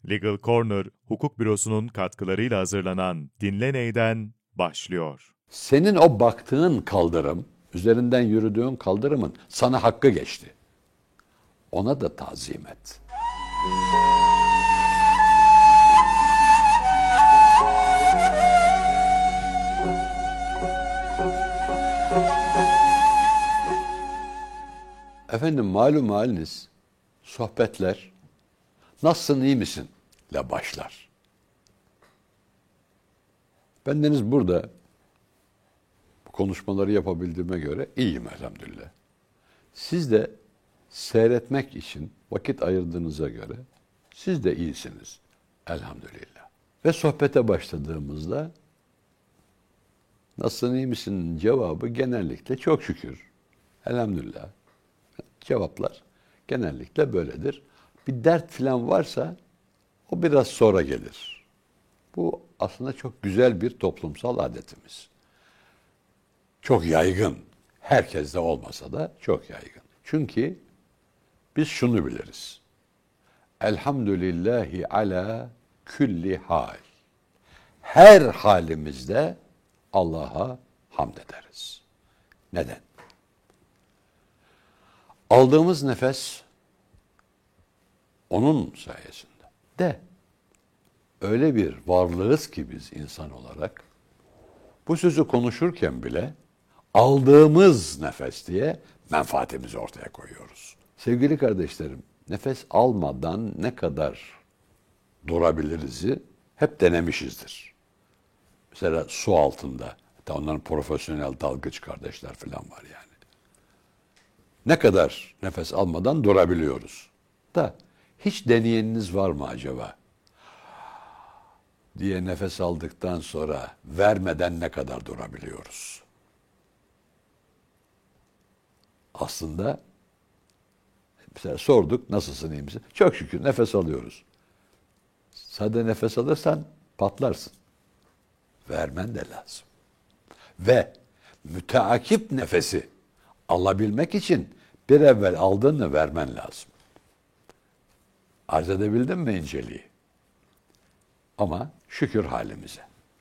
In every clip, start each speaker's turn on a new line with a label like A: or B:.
A: Legal Corner, hukuk bürosunun katkılarıyla hazırlanan Dinle Ney'den başlıyor.
B: Senin o baktığın kaldırım, üzerinden yürüdüğün kaldırımın sana hakkı geçti. Ona da tazim et. Efendim malum haliniz, sohbetler, nasılsın iyi misin ile başlar. Bendeniz burada bu konuşmaları yapabildiğime göre iyiyim elhamdülillah. Siz de seyretmek için vakit ayırdığınıza göre siz de iyisiniz elhamdülillah. Ve sohbete başladığımızda nasılsın iyi misin cevabı genellikle çok şükür elhamdülillah. Cevaplar genellikle böyledir. Bir dert falan varsa o biraz sonra gelir. Bu aslında çok güzel bir toplumsal adetimiz. Çok yaygın. Herkeste olmasa da çok yaygın. Çünkü biz şunu biliriz. Elhamdülillahi ala külli hal. Her halimizde Allah'a hamd ederiz. Neden? Aldığımız nefes onun sayesinde. De öyle bir varlığız ki biz insan olarak bu sözü konuşurken bile aldığımız nefes diye menfaatimizi ortaya koyuyoruz. Sevgili kardeşlerim, nefes almadan ne kadar durabiliriz'i hep denemişizdir. Mesela su altında, hatta onların profesyonel dalgıç kardeşler falan var yani. Ne kadar nefes almadan durabiliyoruz. Da hiç deneyeniniz var mı acaba? Diye nefes aldıktan sonra vermeden ne kadar durabiliyoruz? Aslında mesela sorduk nasılsın iyi misin? Çok şükür nefes alıyoruz. Sadece nefes alırsan patlarsın. Vermen de lazım. Ve müteakip nefesi alabilmek için bir evvel aldığını vermen lazım. Arz edebildim mi inceliği? Ama şükür halimize.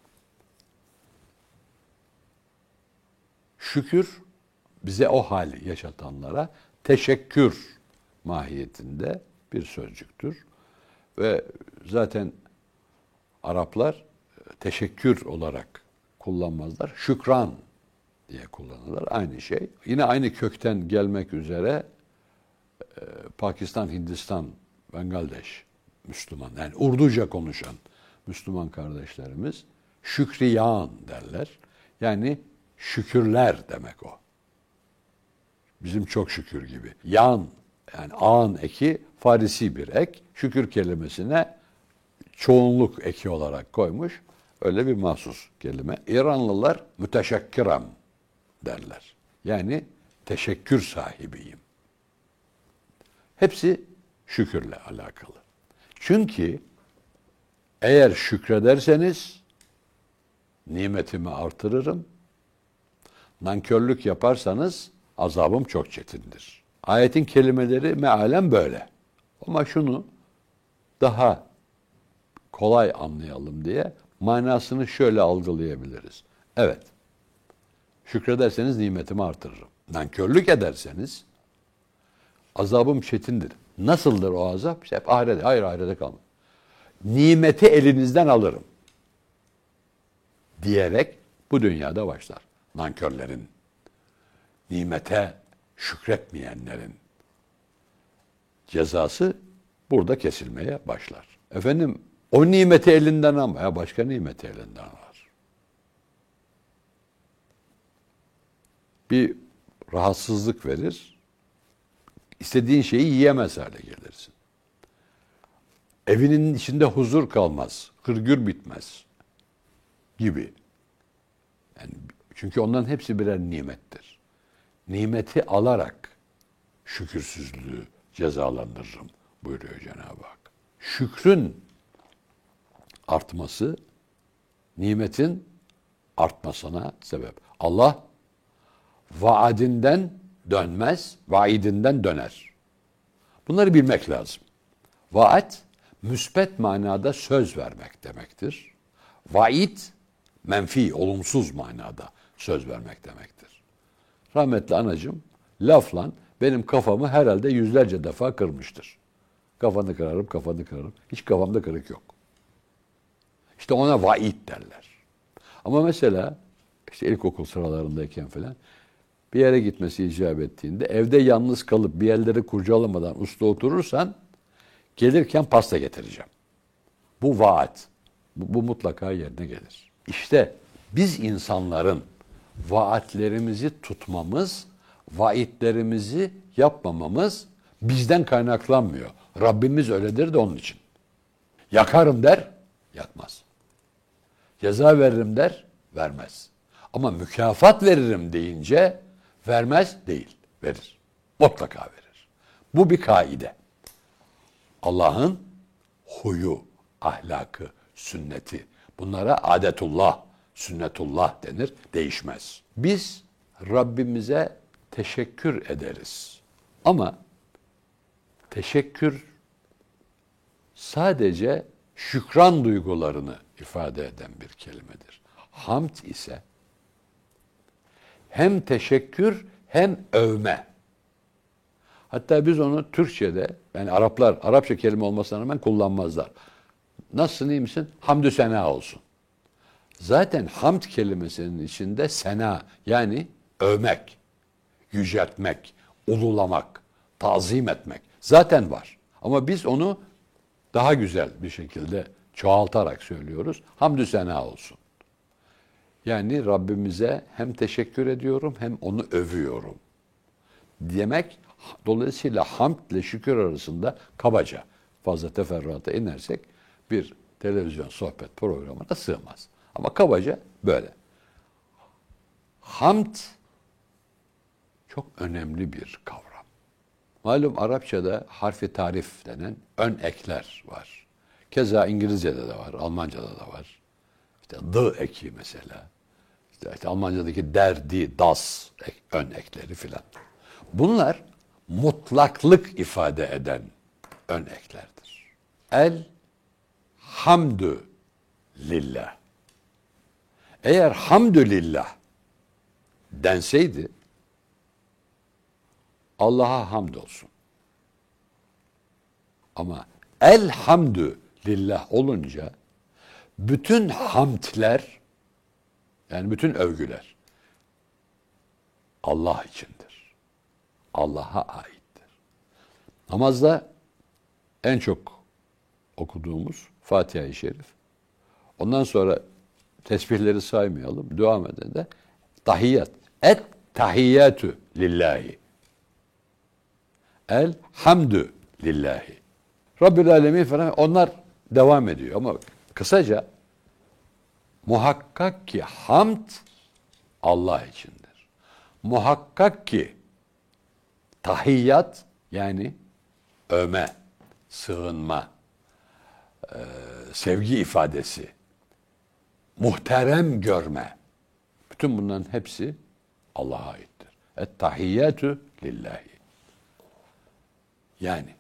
B: Şükür bize o hali yaşatanlara teşekkür mahiyetinde bir sözcüktür. Ve zaten Araplar teşekkür olarak kullanmazlar. Şükran diye kullanırlar. Aynı şey. Yine aynı kökten gelmek üzere Pakistan, Hindistan, Bangladeş Müslüman, yani Urduca konuşan Müslüman kardeşlerimiz şükriyan derler. Yani şükürler demek o. Bizim çok şükür gibi. Yan, yani an eki Farisi bir ek. Şükür kelimesine çoğunluk eki olarak koymuş. Öyle bir mahsus kelime. İranlılar müteşekkiram derler. Yani teşekkür sahibiyim. Hepsi şükürle alakalı. Çünkü eğer şükrederseniz nimetimi artırırım. Nankörlük yaparsanız azabım çok çetindir. Ayetin kelimeleri mealen böyle. Ama şunu daha kolay anlayalım diye manasını şöyle algılayabiliriz. Evet, şükrederseniz nimetimi artırırım. Nankörlük ederseniz azabım çetindir. Nasıldır o azap? İşte hep ahirete, hayır ahirete kalma. Nimeti elinizden alırım diyerek bu dünyada başlar. Nankörlerin, nimete şükretmeyenlerin cezası burada kesilmeye başlar. Efendim o nimeti elinden alma. Ya başka nimeti elinden alır. Bir rahatsızlık verir. İstediğin şeyi yiyemez hale gelirsin. Evinin içinde huzur kalmaz. Hırgür bitmez. Gibi. Yani çünkü onların hepsi birer nimettir. Nimeti alarak şükürsüzlüğü cezalandırırım buyuruyor Cenab-ı Hak. Şükrün artması nimetin artmasına sebep. Allah vaadinden dönmez, vaidinden döner. Bunları bilmek lazım. Vaat müsbet manada söz vermek demektir. Vaid, menfi, olumsuz manada söz vermek demektir. Rahmetli anacığım lafla benim kafamı herhalde yüzlerce defa kırmıştır. Kafanı kırarım, kafanı kırarım. Hiç kafamda kırık yok. İşte ona vaid derler. Ama mesela işte ilkokul sıralarındayken falan bir yere gitmesi icap ettiğinde evde yalnız kalıp bir yerleri kurcalamadan usta oturursan gelirken pasta getireceğim. Bu vaat. Bu mutlaka yerine gelir. İşte biz insanların vaatlerimizi tutmamız, vaidlerimizi yapmamamız bizden kaynaklanmıyor. Rabbimiz öyledir de onun için. Yakarım der, yakmaz. Ceza veririm der, vermez. Ama mükafat veririm deyince vermez değil, verir. Mutlaka verir. Bu bir kaide. Allah'ın huyu, ahlakı, sünneti. Bunlara adetullah, sünnetullah denir, değişmez. Biz Rabbimize teşekkür ederiz. Ama teşekkür sadece şükran duygularını ifade eden bir kelimedir. Hamd ise hem teşekkür hem övme. Hatta biz onu Türkçe'de, yani Araplar, Arapça kelime olmasına rağmen kullanmazlar. Nasılsın, iyi misin? Hamdü sena olsun. Zaten hamd kelimesinin içinde sena, yani övmek, yüceltmek, ululamak, tazim etmek zaten var. Ama biz onu daha güzel bir şekilde çoğaltarak söylüyoruz. Hamdü sena olsun. Yani Rabbimize hem teşekkür ediyorum hem onu övüyorum demek. Dolayısıyla hamd ile şükür arasında kabaca, fazla teferruata inersek bir televizyon sohbet programına sığmaz. Ama kabaca böyle. Hamd çok önemli bir kavram. Malum Arapçada harfi tarif denen ön ekler var. Keza İngilizce'de de var, Almanca'da da var. İşte the eki mesela. İşte Almanca'daki der, die, das ön ekleri filan. Bunlar mutlaklık ifade eden ön eklerdir. El hamdü lillah. Eğer hamdülillah denseydi Allah'a hamd olsun. Ama elhamdü lillah olunca bütün hamdler, yani bütün övgüler Allah içindir. Allah'a aittir. Namazda en çok okuduğumuz Fatiha-i Şerif. Ondan sonra tesbihleri saymayalım. Devam eden de tahiyyat. Et tahiyyatü lillahi. El hamdü lillahi. Rabbül alemin falan, onlar devam ediyor. Ama kısaca muhakkak ki hamd Allah içindir. Muhakkak ki tahiyyat, yani övme, sığınma, sevgi ifadesi, muhterem görme, bütün bunların hepsi Allah'a aittir. Et-tahiyyatü lillahi. Yani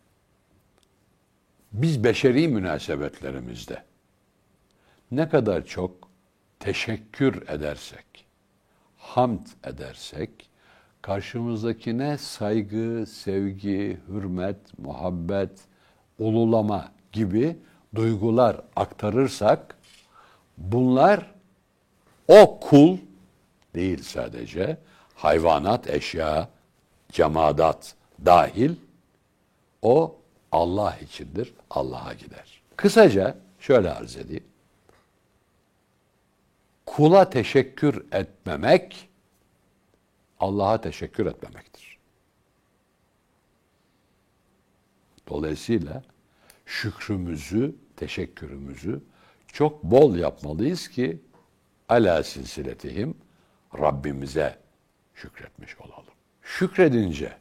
B: biz beşeri münasebetlerimizde ne kadar çok teşekkür edersek, hamd edersek, karşımızdakine saygı, sevgi, hürmet, muhabbet, ululama gibi duygular aktarırsak, bunlar o kul değil sadece, hayvanat, eşya, cemadat dahil, o Allah içindir, Allah'a gider. Kısaca şöyle arz edeyim. Kula teşekkür etmemek, Allah'a teşekkür etmemektir. Dolayısıyla şükrümüzü, teşekkürümüzü çok bol yapmalıyız ki ala silsiletihim, Rabbimize şükretmiş olalım. Şükredince,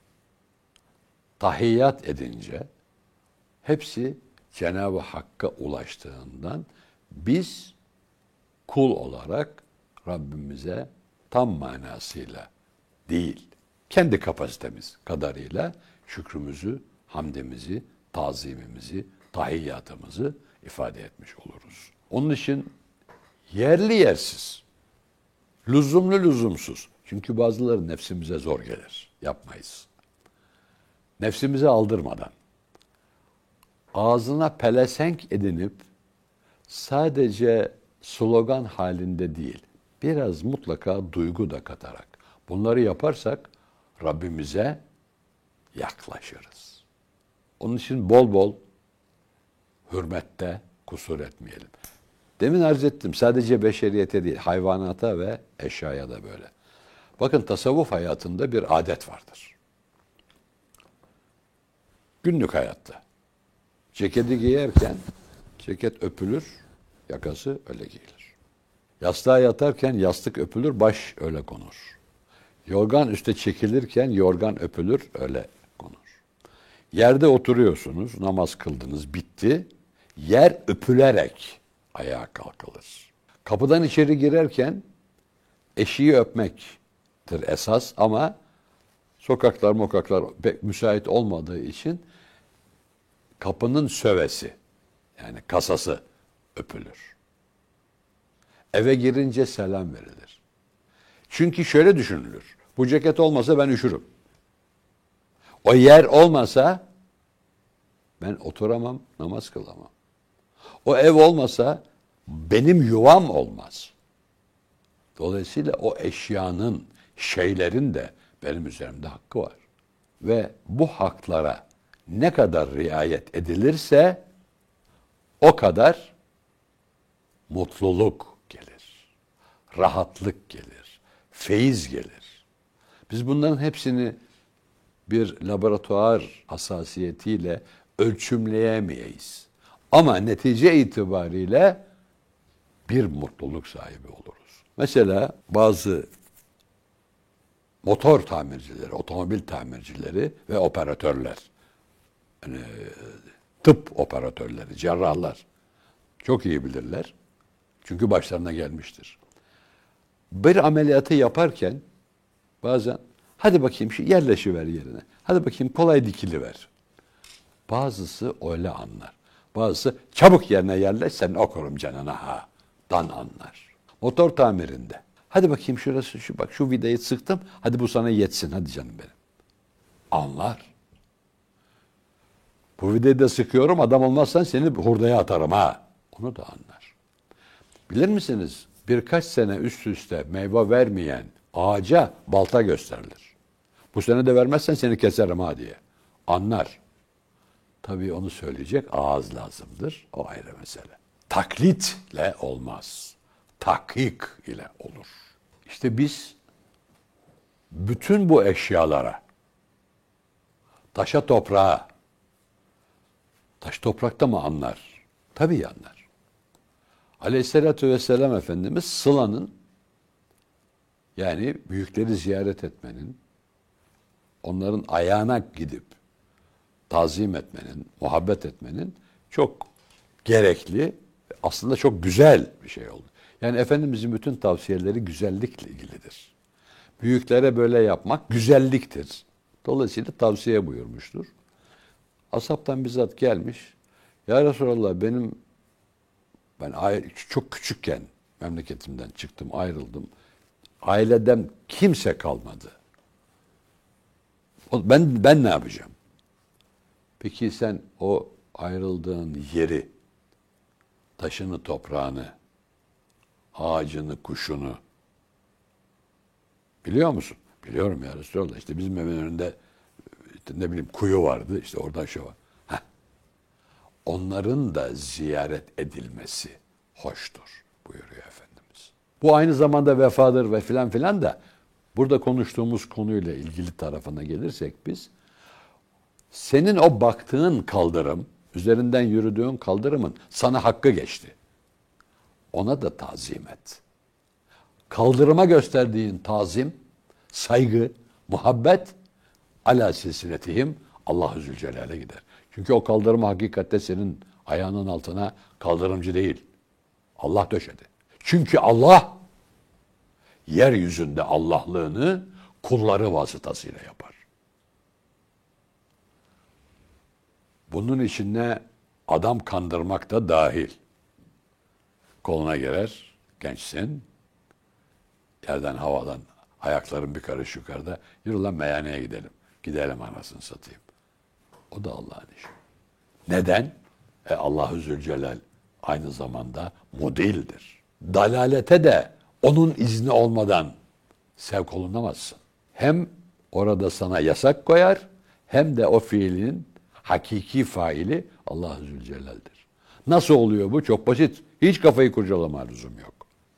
B: tahiyyat edince hepsi Cenab-ı Hakk'a ulaştığından biz kul olarak Rabbimize tam manasıyla değil, kendi kapasitemiz kadarıyla şükrümüzü, hamdimizi, tazimimizi, tahiyyatımızı ifade etmiş oluruz. Onun için yerli yersiz, lüzumlu lüzumsuz. Çünkü bazıları nefsimize zor gelir. Yapmayız. Nefsimize aldırmadan, ağzına pelesenk edinip sadece slogan halinde değil, biraz mutlaka duygu da katarak bunları yaparsak Rabbimize yaklaşırız. Onun için bol bol hürmette kusur etmeyelim. Demin arz ettim, sadece beşeriyete değil, hayvanata ve eşyaya da böyle. Bakın tasavvuf hayatında bir adet vardır. Günlük hayatta. Ceketi giyerken ceket öpülür, yakası öyle giyilir. Yastığa yatarken yastık öpülür, baş öyle konur. Yorgan üste çekilirken yorgan öpülür, öyle konur. Yerde oturuyorsunuz, namaz kıldınız, bitti. Yer öpülerek ayağa kalkılır. Kapıdan içeri girerken eşiği öpmektir esas ama sokaklar pek müsait olmadığı için kapının sövesi, yani kasası öpülür. Eve girince selam verilir. Çünkü şöyle düşünülür. Bu ceket olmasa ben üşürüm. O yer olmasa ben oturamam, namaz kılamam. O ev olmasa benim yuvam olmaz. Dolayısıyla o eşyanın, şeylerin de benim üzerimde hakkı var. Ve bu haklara ne kadar riayet edilirse o kadar mutluluk gelir, rahatlık gelir, feyiz gelir. Biz bunların hepsini bir laboratuvar hassasiyetiyle ölçümleyemeyiz. Ama netice itibariyle bir mutluluk sahibi oluruz. Mesela bazı motor tamircileri, otomobil tamircileri ve operatörler, yani tıp operatörleri, cerrahlar çok iyi bilirler. Çünkü başlarına gelmiştir. Bir ameliyatı yaparken bazen hadi bakayım şu yerleşiver yerine. Hadi bakayım kolay dikiliver. Bazısı öyle anlar. Bazısı çabuk yerine yerleş sen okurum canına ha. Dan anlar. Motor tamirinde. Hadi bakayım şurası şu bak şu vidayı sıktım. Hadi bu sana yetsin hadi canım benim. Anlar. Bu vidayı da sıkıyorum adam olmazsan seni hurdaya atarım ha. Onu da anlar. Bilir misiniz? Birkaç sene üst üste meyve vermeyen ağaca balta gösterilir. Bu sene de vermezsen seni keserim ha diye. Anlar. Tabii onu söyleyecek ağız lazımdır. O ayrı mesele. Taklitle olmaz. Tahkik ile olur. İşte biz bütün bu eşyalara, taşa toprağa, taş toprakta mı anlar? Tabii anlar. Aleyhissalatü vesselam Efendimiz sılanın, yani büyükleri ziyaret etmenin, onların ayağına gidip tazim etmenin, muhabbet etmenin çok gerekli, aslında çok güzel bir şey oldu. Yani Efendimizin bütün tavsiyeleri güzellikle ilgilidir. Büyüklere böyle yapmak güzelliktir. Dolayısıyla tavsiye buyurmuştur. Ashabtan bizzat gelmiş. Ya Resulallah ben çok küçükken memleketimden çıktım, ayrıldım. Aileden kimse kalmadı. Ben ne yapacağım? Peki sen o ayrıldığın yeri, taşını, toprağını, ağacını, kuşunu biliyor musun? Biliyorum ya Resulallah. İşte bizim evin önünde işte ne bileyim kuyu vardı. İşte oradan şu var. Heh. Onların da ziyaret edilmesi hoştur buyuruyor Efendimiz. Bu aynı zamanda vefadır ve filan filan da burada konuştuğumuz konuyla ilgili tarafına gelirsek biz senin o baktığın kaldırım, üzerinden yürüdüğün kaldırımın sana hakkı geçti. Ona da tazim et. Kaldırıma gösterdiğin tazim, saygı, muhabbet ala silsiletihim Allah-u Zülcelal'e gider. Çünkü o kaldırımı hakikatte senin ayağının altına kaldırımcı değil. Allah döşedi. Çünkü Allah yeryüzünde Allahlığını kulları vasıtasıyla yapar. Bunun için ne Adam kandırmak da dahil. Koluna girer, gençsin, yerden havadan ayakların bir karış yukarıda. Yürü lan meyhaneye gidelim. Gidelim anasını satayım. O da Allah'ın işi. Neden? Allah-u Zülcelal aynı zamanda mudildir. Dalalete de onun izni olmadan sevk olunamazsın. Hem orada sana yasak koyar, hem de o fiilin hakiki faili Allah-u Zülcelal'dir. Nasıl oluyor bu? Çok basit. Hiç kafayı kurcalama lüzum yok.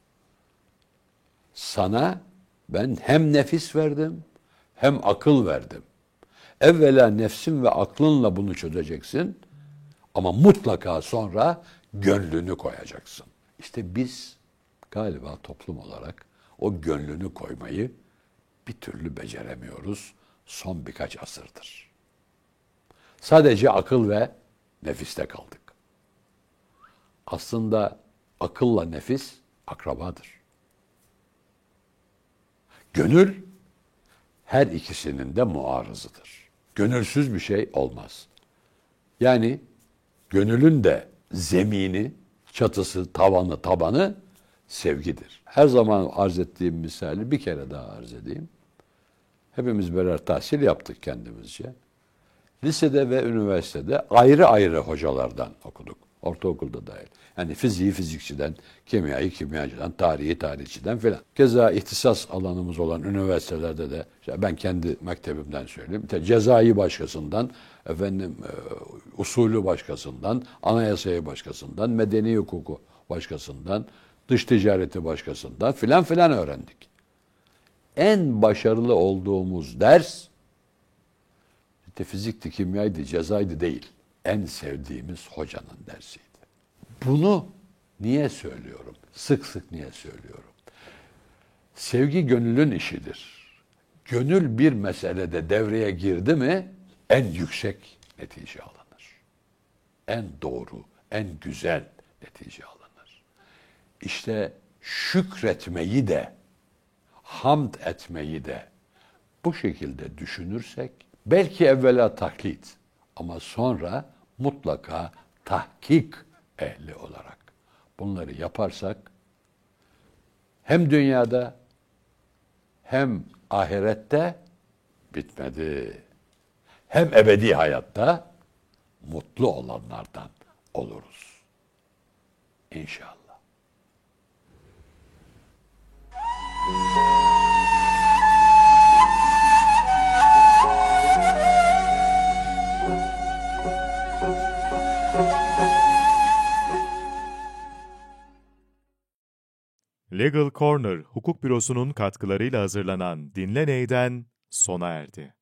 B: Sana ben hem nefis verdim, hem akıl verdim. Evvela nefsin ve aklınla bunu çözeceksin. Ama mutlaka sonra gönlünü koyacaksın. İşte biz galiba toplum olarak o gönlünü koymayı bir türlü beceremiyoruz son birkaç asırdır. Sadece akıl ve nefiste kaldık. Aslında akılla nefis akrabadır. Gönül her ikisinin de muarızıdır. Gönülsüz bir şey olmaz. Yani gönülün de zemini, çatısı, tabanı sevgidir. Her zaman arz ettiğim misali bir kere daha arz edeyim. Hepimiz birer tahsil yaptık kendimizce. Lisede ve üniversitede ayrı ayrı hocalardan okuduk. Ortaokulda dahil. Yani fiziği fizikçiden, kimyayı kimyacıdan, tarihi tarihçiden filan. Keza ihtisas alanımız olan üniversitelerde de işte ben kendi mektebimden söyleyeyim. İşte cezayı başkasından, usulü başkasından, anayasayı başkasından, medeni hukuku başkasından, dış ticareti başkasından filan filan öğrendik. En başarılı olduğumuz ders işte fizikti, kimyaydı, cezaydı değil. En sevdiğimiz hocanın dersiydi. Bunu niye söylüyorum? Sık sık niye söylüyorum? Sevgi gönülün işidir. Gönül bir meselede devreye girdi mi en yüksek netice alınır. En doğru, en güzel netice alınır. İşte şükretmeyi de, hamd etmeyi de bu şekilde düşünürsek belki evvela taklit ama sonra mutlaka tahkik ehli olarak bunları yaparsak hem dünyada hem ahirette bitmedi. Hem ebedi hayatta mutlu olanlardan oluruz. İnşallah.
A: Legal Corner Hukuk Bürosu'nun katkılarıyla hazırlanan Dinle Ney'den sona erdi.